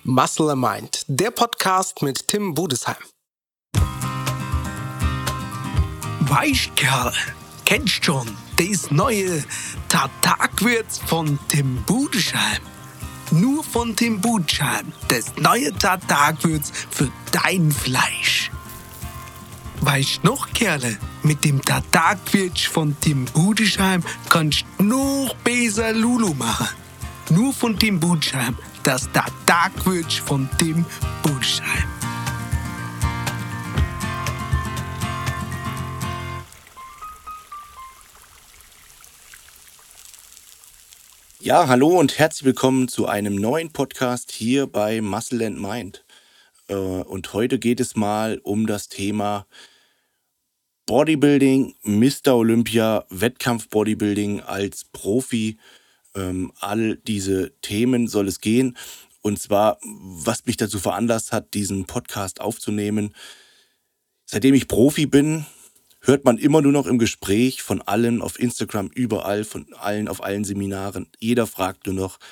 Muscle and Mind, der Podcast mit Tim Budesheim. Weißt Kerl, kennst schon das neue Tatargewürz von Tim Budesheim? Nur von Tim Budesheim, das neue Tatargewürz für dein Fleisch. Weißt noch, Kerle, mit dem Tatargewürz von Tim Budesheim kannst du noch besser Lulu machen. Nur von Tim Budesheim, das Tatargewürz von Tim Budesheim. Ja, hallo und herzlich willkommen zu einem neuen Podcast hier bei Muscle and Mind. Und heute geht es mal um das Thema Bodybuilding, Mr. Olympia, Wettkampf-Bodybuilding als Profi. All diese Themen soll es gehen. Und zwar, was mich dazu veranlasst hat, diesen Podcast aufzunehmen. Seitdem ich Profi bin, hört man immer nur noch im Gespräch von allen auf Instagram, überall, von allen auf allen Seminaren. Jeder fragt nur noch,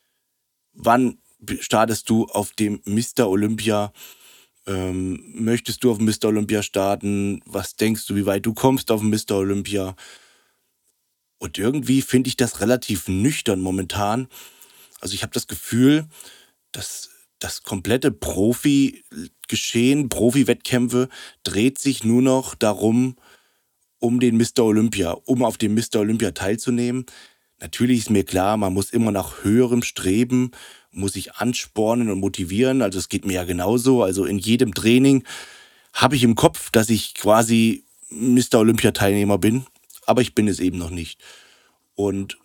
wann startest du auf dem Mr. Olympia? Möchtest du auf dem Mr. Olympia starten? Was denkst du, wie weit du kommst auf dem Mr. Olympia? Und irgendwie finde ich das relativ nüchtern momentan. Also ich habe das Gefühl, dass das komplette Profi-Geschehen, Profi-Wettkämpfe dreht sich nur noch darum, um den Mr. Olympia, um auf dem Mr. Olympia teilzunehmen. Natürlich ist mir klar, man muss immer nach höherem streben, muss sich anspornen und motivieren. Also es geht mir ja genauso. Also in jedem Training habe ich im Kopf, dass ich quasi Mr. Olympia-Teilnehmer bin, aber ich bin es eben noch nicht. Und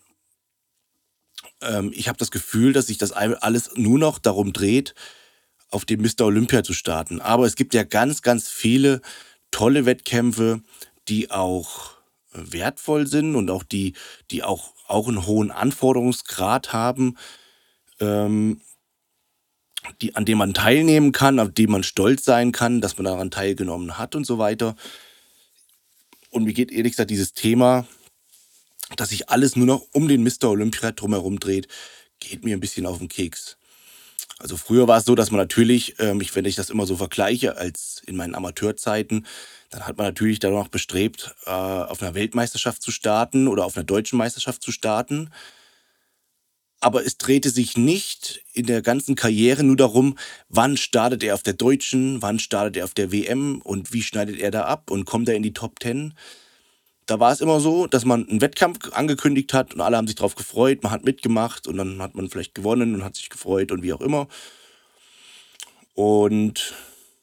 ich habe das Gefühl, dass sich das alles nur noch darum dreht, auf dem Mr. Olympia zu starten. Aber es gibt ja ganz, ganz viele tolle Wettkämpfe, die auch wertvoll sind und auch die auch einen hohen Anforderungsgrad haben, an dem man teilnehmen kann, auf dem man stolz sein kann, dass man daran teilgenommen hat und so weiter. Und mir geht ehrlich gesagt dieses Thema, dass sich alles nur noch um den Mr. Olympia drumherum dreht, geht mir ein bisschen auf den Keks. Also früher war es so, dass man natürlich, wenn ich das immer so vergleiche als in meinen Amateurzeiten, dann hat man natürlich danach bestrebt, auf einer Weltmeisterschaft zu starten oder auf einer deutschen Meisterschaft zu starten. Aber es drehte sich nicht in der ganzen Karriere nur darum, wann startet er auf der deutschen, wann startet er auf der WM und wie schneidet er da ab und kommt er in die Top 10. Da war es immer so, dass man einen Wettkampf angekündigt hat und alle haben sich drauf gefreut, man hat mitgemacht und dann hat man vielleicht gewonnen und hat sich gefreut und wie auch immer. Und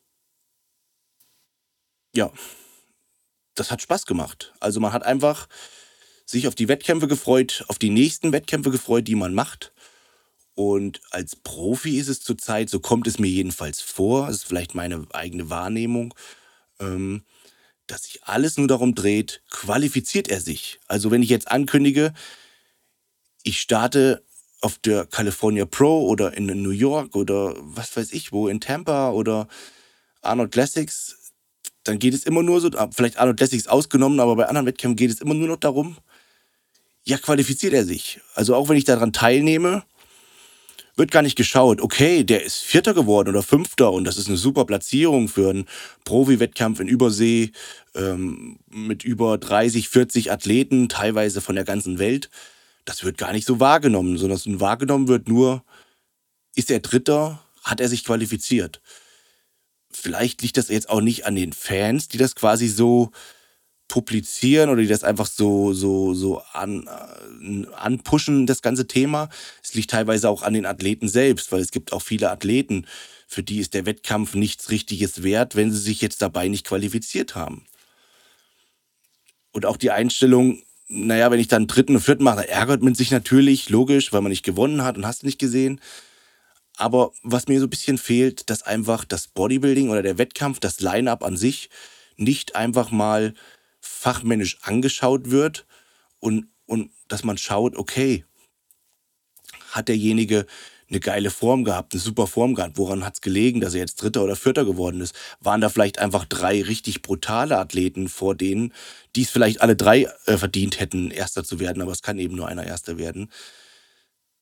ja, das hat Spaß gemacht. Also man hat einfach sich auf die Wettkämpfe gefreut, auf die nächsten Wettkämpfe gefreut, die man macht. Und als Profi ist es zurzeit, so kommt es mir jedenfalls vor, das ist vielleicht meine eigene Wahrnehmung, dass sich alles nur darum dreht, qualifiziert er sich. Also wenn ich jetzt ankündige, ich starte auf der California Pro oder in New York oder was weiß ich wo, in Tampa oder Arnold Classics, dann geht es immer nur so, vielleicht Arnold Classics ausgenommen, aber bei anderen Wettkämpfen geht es immer nur noch darum, ja, qualifiziert er sich. Also auch wenn ich daran teilnehme, wird gar nicht geschaut, okay, der ist Vierter geworden oder Fünfter und das ist eine super Platzierung für einen Profi-Wettkampf in Übersee mit über 30, 40 Athleten, teilweise von der ganzen Welt. Das wird gar nicht so wahrgenommen, sondern wahrgenommen wird nur, ist er Dritter, hat er sich qualifiziert. Vielleicht liegt das jetzt auch nicht an den Fans, die das quasi so publizieren oder die das einfach so anpushen, das ganze Thema. Es liegt teilweise auch an den Athleten selbst, weil es gibt auch viele Athleten, für die ist der Wettkampf nichts Richtiges wert, wenn sie sich jetzt dabei nicht qualifiziert haben. Und auch die Einstellung, naja, wenn ich dann dritten und vierten mache, ärgert man sich natürlich, logisch, weil man nicht gewonnen hat und hast du nicht gesehen. Aber was mir so ein bisschen fehlt, dass einfach das Bodybuilding oder der Wettkampf, das Line-Up an sich, nicht einfach mal fachmännisch angeschaut wird und dass man schaut, okay, hat derjenige eine geile Form gehabt, eine super Form gehabt, woran hat es gelegen, dass er jetzt Dritter oder Vierter geworden ist? Waren da vielleicht einfach 3 richtig brutale Athleten vor denen, die es vielleicht alle 3 verdient hätten, Erster zu werden, aber es kann eben nur einer Erster werden.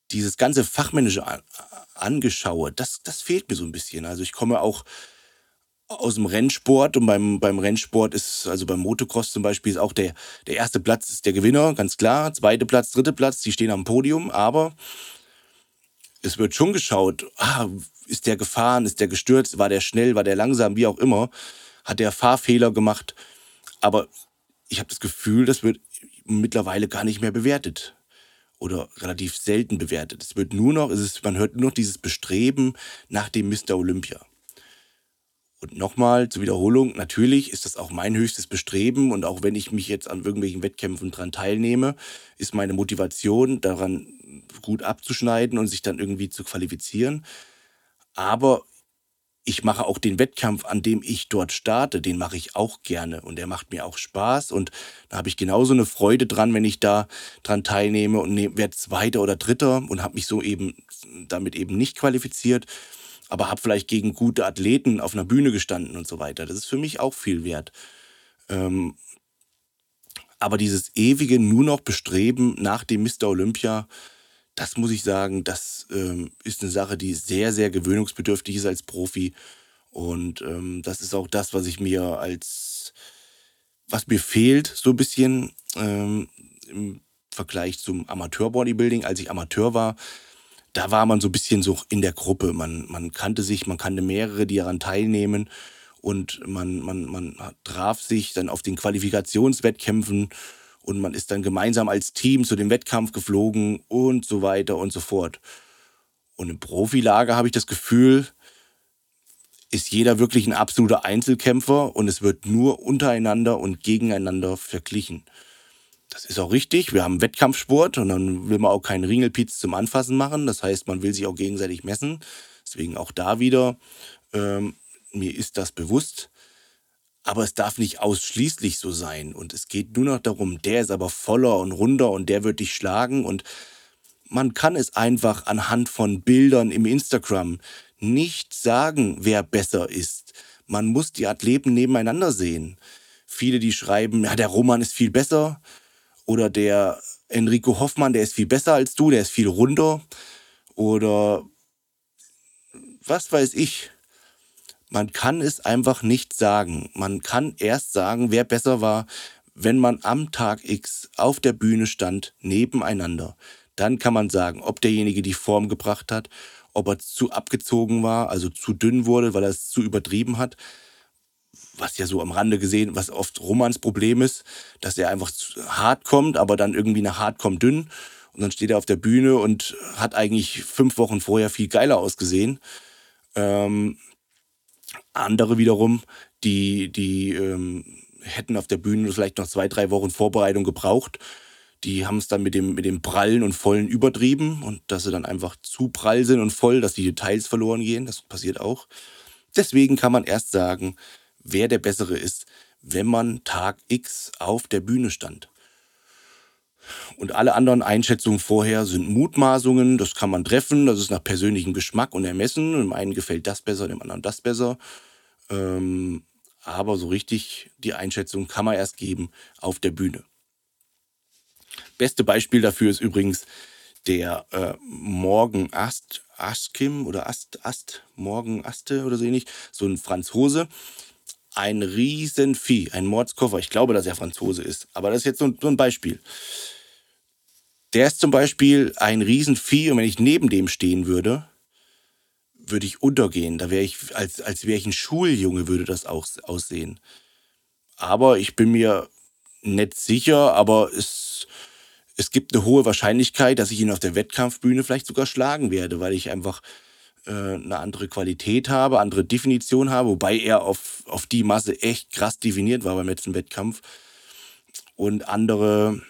dieses ganze Fachmännische angeschaue, das fehlt mir so ein bisschen. Also ich komme auch aus dem Rennsport und beim Rennsport ist, also beim Motocross zum Beispiel, ist auch der erste Platz ist der Gewinner, ganz klar. Zweiter Platz, dritter Platz, die stehen am Podium, aber es wird schon geschaut, ist der gefahren, ist der gestürzt, war der schnell, war der langsam, wie auch immer, hat der Fahrfehler gemacht. Aber ich habe das Gefühl, das wird mittlerweile gar nicht mehr bewertet oder relativ selten bewertet. Es wird nur noch, man hört nur noch dieses Bestreben nach dem Mr. Olympia. Und nochmal zur Wiederholung, natürlich ist das auch mein höchstes Bestreben und auch wenn ich mich jetzt an irgendwelchen Wettkämpfen dran teilnehme, ist meine Motivation daran gut abzuschneiden und sich dann irgendwie zu qualifizieren. Aber ich mache auch den Wettkampf, an dem ich dort starte, den mache ich auch gerne und der macht mir auch Spaß und da habe ich genauso eine Freude dran, wenn ich da dran teilnehme und werde Zweiter oder Dritter und habe mich so eben damit eben nicht qualifiziert, aber habe vielleicht gegen gute Athleten auf einer Bühne gestanden und so weiter. Das ist für mich auch viel wert. Aber dieses ewige nur noch Bestreben nach dem Mr. Olympia, das muss ich sagen, das ist eine Sache, die sehr, sehr gewöhnungsbedürftig ist als Profi. Und das ist auch das, was mir fehlt, so ein bisschen im Vergleich zum Amateur-Bodybuilding. Als ich Amateur war, da war man so ein bisschen so in der Gruppe. Man kannte sich, man kannte mehrere, die daran teilnehmen. Und man traf sich dann auf den Qualifikationswettkämpfen und man ist dann gemeinsam als Team zu dem Wettkampf geflogen und so weiter und so fort. Und im Profilager habe ich das Gefühl, ist jeder wirklich ein absoluter Einzelkämpfer und es wird nur untereinander und gegeneinander verglichen. Das ist auch richtig, wir haben Wettkampfsport und dann will man auch keinen Ringelpiez zum Anfassen machen. Das heißt, man will sich auch gegenseitig messen. Deswegen auch da wieder, mir ist das bewusst. Aber es darf nicht ausschließlich so sein. Und es geht nur noch darum, der ist aber voller und runder und der wird dich schlagen. Und man kann es einfach anhand von Bildern im Instagram nicht sagen, wer besser ist. Man muss die Athleten nebeneinander sehen. Viele, die schreiben, ja, der Roman ist viel besser. Oder der Enrico Hoffmann, der ist viel besser als du, der ist viel runder. Oder was weiß ich. Man kann es einfach nicht sagen. Man kann erst sagen, wer besser war, wenn man am Tag X auf der Bühne stand, nebeneinander. Dann kann man sagen, ob derjenige die Form gebracht hat, ob er zu abgezogen war, also zu dünn wurde, weil er es zu übertrieben hat. Was ja so am Rande gesehen, was oft Romans Problem ist, dass er einfach zu hart kommt, aber dann irgendwie nach hart kommt dünn. Und dann steht er auf der Bühne und hat eigentlich 5 Wochen vorher viel geiler ausgesehen. Andere wiederum, die hätten auf der Bühne vielleicht noch 2-3 Wochen Vorbereitung gebraucht. Die haben es dann mit dem Prallen und Vollen übertrieben und dass sie dann einfach zu prall sind und voll, dass die Details verloren gehen. Das passiert auch. Deswegen kann man erst sagen, wer der Bessere ist, wenn man Tag X auf der Bühne stand. Und alle anderen Einschätzungen vorher sind Mutmaßungen, das kann man treffen, das ist nach persönlichem Geschmack und Ermessen. Dem einen gefällt das besser, dem anderen das besser. Aber so richtig die Einschätzung kann man erst geben auf der Bühne. Beste Beispiel dafür ist übrigens der Morgan Askim oder Morgan Aste oder so ähnlich, so ein Franzose. Ein Riesenvieh, ein Mordskoffer. Ich glaube, dass er Franzose ist. Aber das ist jetzt so ein Beispiel. Der ist zum Beispiel ein Riesenvieh und wenn ich neben dem stehen würde, würde ich untergehen. Da wäre ich, als wäre ich ein Schuljunge, würde das auch aussehen. Aber ich bin mir nicht sicher, aber es gibt eine hohe Wahrscheinlichkeit, dass ich ihn auf der Wettkampfbühne vielleicht sogar schlagen werde, weil ich einfach eine andere Qualität habe, andere Definition habe, wobei er auf die Masse echt krass definiert war beim letzten Wettkampf und andere,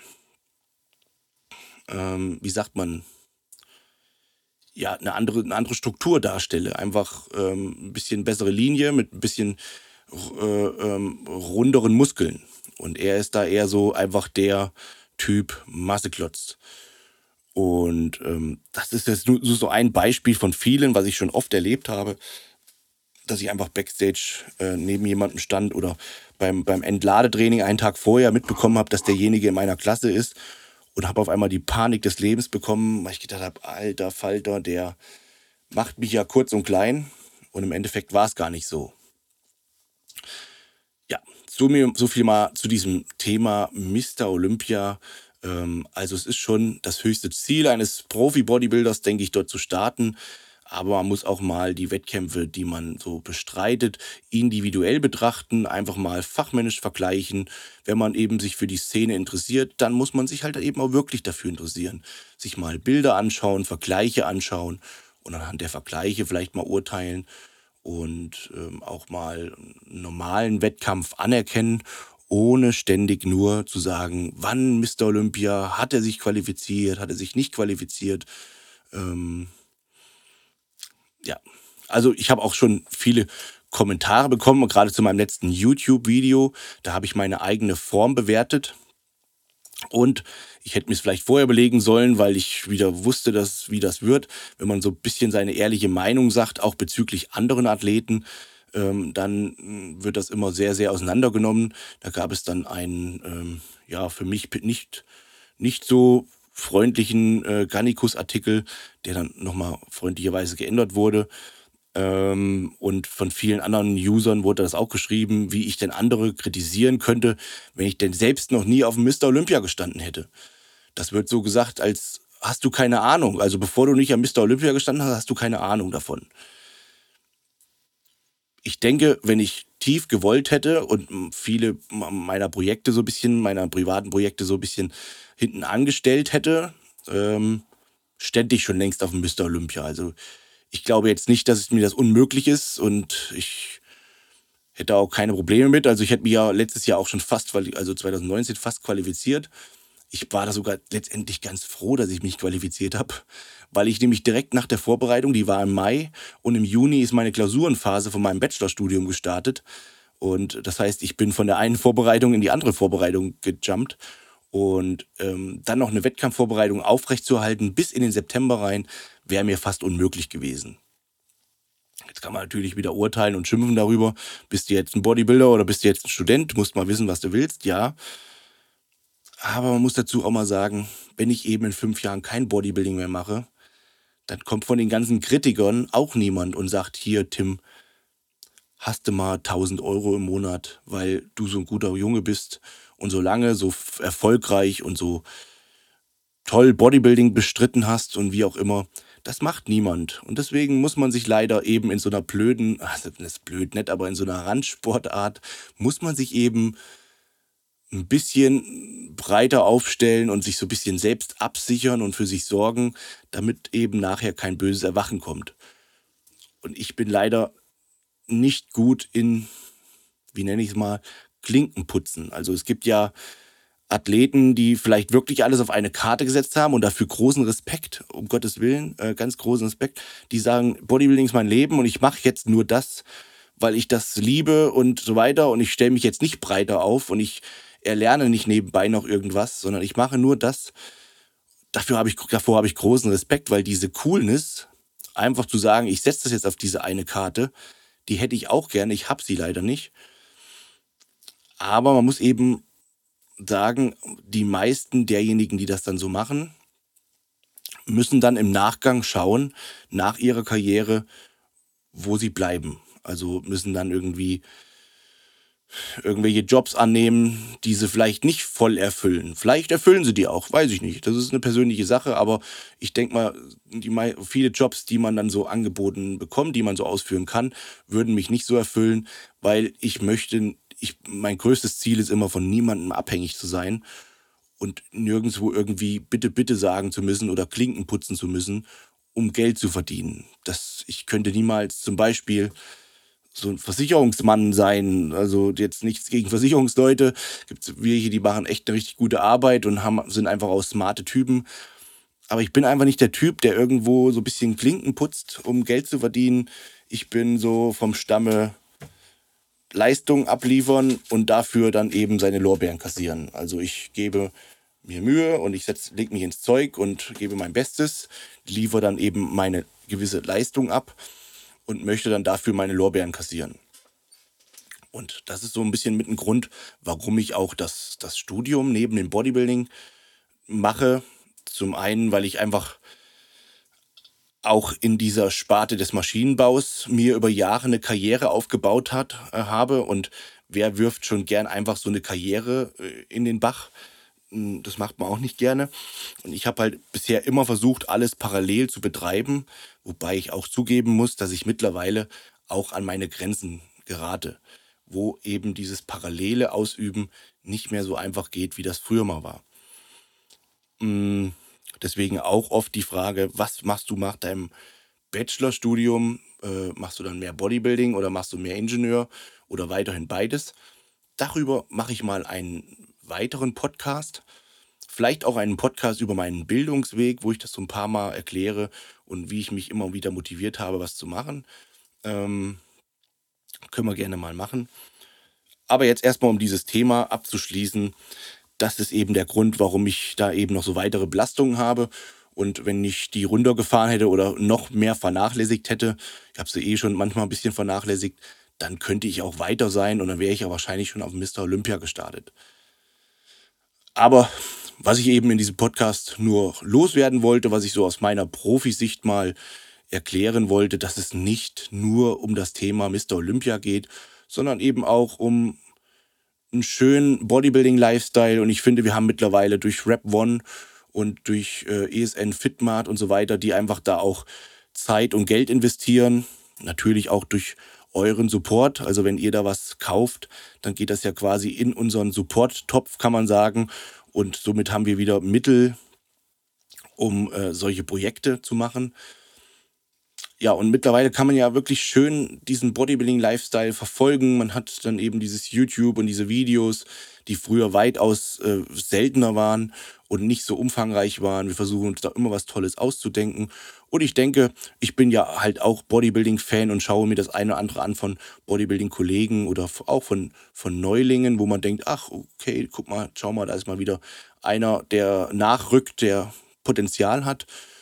wie sagt man, ja, eine andere Struktur darstelle. Einfach ein bisschen bessere Linie mit ein bisschen runderen Muskeln. Und er ist da eher so einfach der Typ Masseklotz. Und das ist jetzt nur so ein Beispiel von vielen, was ich schon oft erlebt habe, dass ich einfach Backstage neben jemandem stand oder beim Entladetraining einen Tag vorher mitbekommen habe, dass derjenige in meiner Klasse ist. und habe auf einmal die Panik des Lebens bekommen, weil ich gedacht habe, alter Falter, der macht mich ja kurz und klein. Und im Endeffekt war es gar nicht so. Ja, so viel mal zu diesem Thema Mr. Olympia. Also es ist schon das höchste Ziel eines Profi-Bodybuilders, denke ich, dort zu starten. Aber man muss auch mal die Wettkämpfe, die man so bestreitet, individuell betrachten, einfach mal fachmännisch vergleichen. Wenn man eben sich für die Szene interessiert, dann muss man sich halt eben auch wirklich dafür interessieren. Sich mal Bilder anschauen, Vergleiche anschauen und anhand der Vergleiche vielleicht mal urteilen und auch mal einen normalen Wettkampf anerkennen, ohne ständig nur zu sagen, wann Mr. Olympia, hat er sich qualifiziert, hat er sich nicht qualifiziert. Ja, also ich habe auch schon viele Kommentare bekommen, gerade zu meinem letzten YouTube-Video. Da habe ich meine eigene Form bewertet. Und ich hätte mir es vielleicht vorher überlegen sollen, weil ich wieder wusste, wie das wird, wenn man so ein bisschen seine ehrliche Meinung sagt, auch bezüglich anderen Athleten, dann wird das immer sehr, sehr auseinandergenommen. Da gab es dann einen, ja, für mich nicht so freundlichen Gannikus-Artikel, der dann nochmal freundlicherweise geändert wurde. Und von vielen anderen Usern wurde das auch geschrieben, wie ich denn andere kritisieren könnte, wenn ich denn selbst noch nie auf dem Mr. Olympia gestanden hätte. Das wird so gesagt, als hast du keine Ahnung. Also bevor du nicht am Mr. Olympia gestanden hast, hast du keine Ahnung davon. Ich denke, wenn ich tief gewollt hätte und viele meiner Projekte so ein bisschen, meiner privaten Projekte so ein bisschen hinten angestellt hätte, stände ich schon längst auf dem Mr. Olympia. Also ich glaube jetzt nicht, dass es mir das unmöglich ist und ich hätte auch keine Probleme mit. Also ich hätte mich ja letztes Jahr auch schon also 2019 fast qualifiziert. Ich war da sogar letztendlich ganz froh, dass ich mich qualifiziert habe, weil ich nämlich direkt nach der Vorbereitung, die war im Mai und im Juni ist meine Klausurenphase von meinem Bachelorstudium gestartet. Und das heißt, ich bin von der einen Vorbereitung in die andere Vorbereitung gejumpt. Und dann noch eine Wettkampfvorbereitung aufrechtzuerhalten bis in den September rein, wäre mir fast unmöglich gewesen. Jetzt kann man natürlich wieder urteilen und schimpfen darüber, bist du jetzt ein Bodybuilder oder bist du jetzt ein Student, du musst mal wissen, was du willst, ja. Aber man muss dazu auch mal sagen, wenn ich eben in 5 Jahren kein Bodybuilding mehr mache, dann kommt von den ganzen Kritikern auch niemand und sagt, hier Tim, hast du mal 1.000 Euro im Monat, weil du so ein guter Junge bist und so lange so erfolgreich und so toll Bodybuilding bestritten hast und wie auch immer. Das macht niemand. Und deswegen muss man sich leider eben in so einer blöden, das ist blöd nicht, aber in so einer Randsportart, muss man sich eben ein bisschen breiter aufstellen und sich so ein bisschen selbst absichern und für sich sorgen, damit eben nachher kein böses Erwachen kommt. Und ich bin leider nicht gut in, wie nenne ich es mal, Klinkenputzen. Also es gibt ja Athleten, die vielleicht wirklich alles auf eine Karte gesetzt haben und dafür großen Respekt, um Gottes Willen, ganz großen Respekt, die sagen, Bodybuilding ist mein Leben und ich mache jetzt nur das, weil ich das liebe und so weiter und ich stelle mich jetzt nicht breiter auf und ich erlerne nicht nebenbei noch irgendwas, sondern ich mache nur das. Davor habe ich großen Respekt, weil diese Coolness, einfach zu sagen, ich setze das jetzt auf diese eine Karte, die hätte ich auch gerne, ich habe sie leider nicht. Aber man muss eben sagen, die meisten derjenigen, die das dann so machen, müssen dann im Nachgang schauen, nach ihrer Karriere, wo sie bleiben. Also müssen dann irgendwelche Jobs annehmen, die sie vielleicht nicht voll erfüllen. Vielleicht erfüllen sie die auch, weiß ich nicht. Das ist eine persönliche Sache, aber ich denke mal, viele Jobs, die man dann so angeboten bekommt, die man so ausführen kann, würden mich nicht so erfüllen, weil mein größtes Ziel ist immer, von niemandem abhängig zu sein und nirgendwo irgendwie bitte sagen zu müssen oder Klinken putzen zu müssen, um Geld zu verdienen. Ich könnte niemals zum Beispiel so ein Versicherungsmann sein. Also jetzt nichts gegen Versicherungsleute. Gibt welche, die machen echt eine richtig gute Arbeit und sind einfach auch smarte Typen. Aber ich bin einfach nicht der Typ, der irgendwo so ein bisschen Klinken putzt, um Geld zu verdienen. Ich bin so vom Stamme Leistung abliefern und dafür dann eben seine Lorbeeren kassieren. Also ich gebe mir Mühe und ich lege mich ins Zeug und gebe mein Bestes, liefere dann eben meine gewisse Leistung ab und möchte dann dafür meine Lorbeeren kassieren. Und das ist so ein bisschen mit ein Grund, warum ich auch das Studium neben dem Bodybuilding mache. Zum einen, weil ich einfach auch in dieser Sparte des Maschinenbaus mir über Jahre eine Karriere aufgebaut habe. Und wer wirft schon gern einfach so eine Karriere in den Bach? Das macht man auch nicht gerne. Und ich habe halt bisher immer versucht, alles parallel zu betreiben, wobei ich auch zugeben muss, dass ich mittlerweile auch an meine Grenzen gerate, wo eben dieses parallele Ausüben nicht mehr so einfach geht, wie das früher mal war. Deswegen auch oft die Frage, was machst du nach deinem Bachelorstudium? Machst du dann mehr Bodybuilding oder machst du mehr Ingenieur oder weiterhin beides? Darüber mache ich mal einen weiteren Podcast. Vielleicht auch einen Podcast über meinen Bildungsweg, wo ich das so ein paar Mal erkläre und wie ich mich immer wieder motiviert habe, was zu machen. Können wir gerne mal machen. Aber jetzt erstmal, um dieses Thema abzuschließen, das ist eben der Grund, warum ich da eben noch so weitere Belastungen habe. Und wenn ich die runtergefahren hätte oder noch mehr vernachlässigt hätte, ich habe sie schon manchmal ein bisschen vernachlässigt, dann könnte ich auch weiter sein und dann wäre ich ja wahrscheinlich schon auf Mr. Olympia gestartet. Aber was ich eben in diesem Podcast nur loswerden wollte, was ich so aus meiner Profisicht mal erklären wollte, dass es nicht nur um das Thema Mr. Olympia geht, sondern eben auch um einen schönen Bodybuilding-Lifestyle. Und ich finde, wir haben mittlerweile durch Rap One und durch ESN Fitmart und so weiter, die einfach da auch Zeit und Geld investieren. Natürlich auch durch euren Support. Also wenn ihr da was kauft, dann geht das ja quasi in unseren Support-Topf, kann man sagen. Und somit haben wir wieder Mittel, um solche Projekte zu machen. Ja, und mittlerweile kann man ja wirklich schön diesen Bodybuilding-Lifestyle verfolgen. Man hat dann eben dieses YouTube und diese Videos, die früher weitaus seltener waren und nicht so umfangreich waren. Wir versuchen uns da immer was Tolles auszudenken. Und ich denke, ich bin ja halt auch Bodybuilding-Fan und schaue mir das eine oder andere an von Bodybuilding-Kollegen oder auch von Neulingen, wo man denkt, ach, okay, guck mal, schau mal, da ist mal wieder einer, der nachrückt, der Potenzial hat.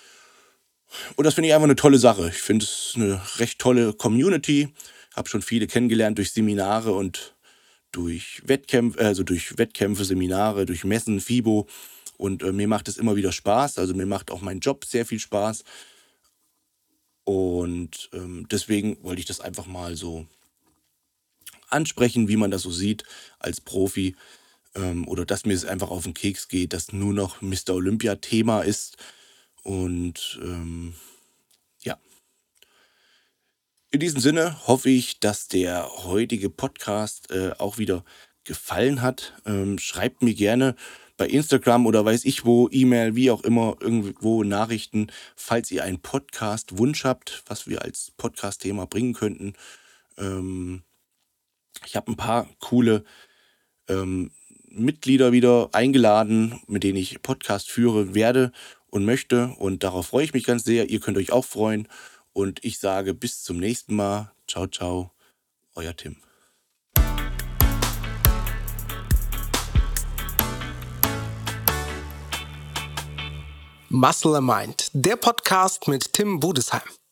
Und das finde ich einfach eine tolle Sache. Ich finde es eine recht tolle Community. Habe schon viele kennengelernt durch Seminare und durch Wettkämpfe, Seminare, durch Messen, FIBO. Und mir macht es immer wieder Spaß. Also mir macht auch mein Job sehr viel Spaß. Und deswegen wollte ich das einfach mal so ansprechen, wie man das so sieht als Profi. Oder dass mir es einfach auf den Keks geht, dass nur noch Mr. Olympia Thema ist. Und ja, in diesem Sinne hoffe ich, dass der heutige Podcast auch wieder gefallen hat. Schreibt mir gerne bei Instagram oder weiß ich wo, E-Mail, wie auch immer, irgendwo Nachrichten, falls ihr einen Podcast-Wunsch habt, was wir als Podcast-Thema bringen könnten. Ich habe ein paar coole Mitglieder wieder eingeladen, mit denen ich Podcast führen werde und möchte. Und darauf freue ich mich ganz sehr. Ihr könnt euch auch freuen. Und ich sage bis zum nächsten Mal. Ciao, ciao. Euer Tim. Muscle and Mind, der Podcast mit Tim Budesheim.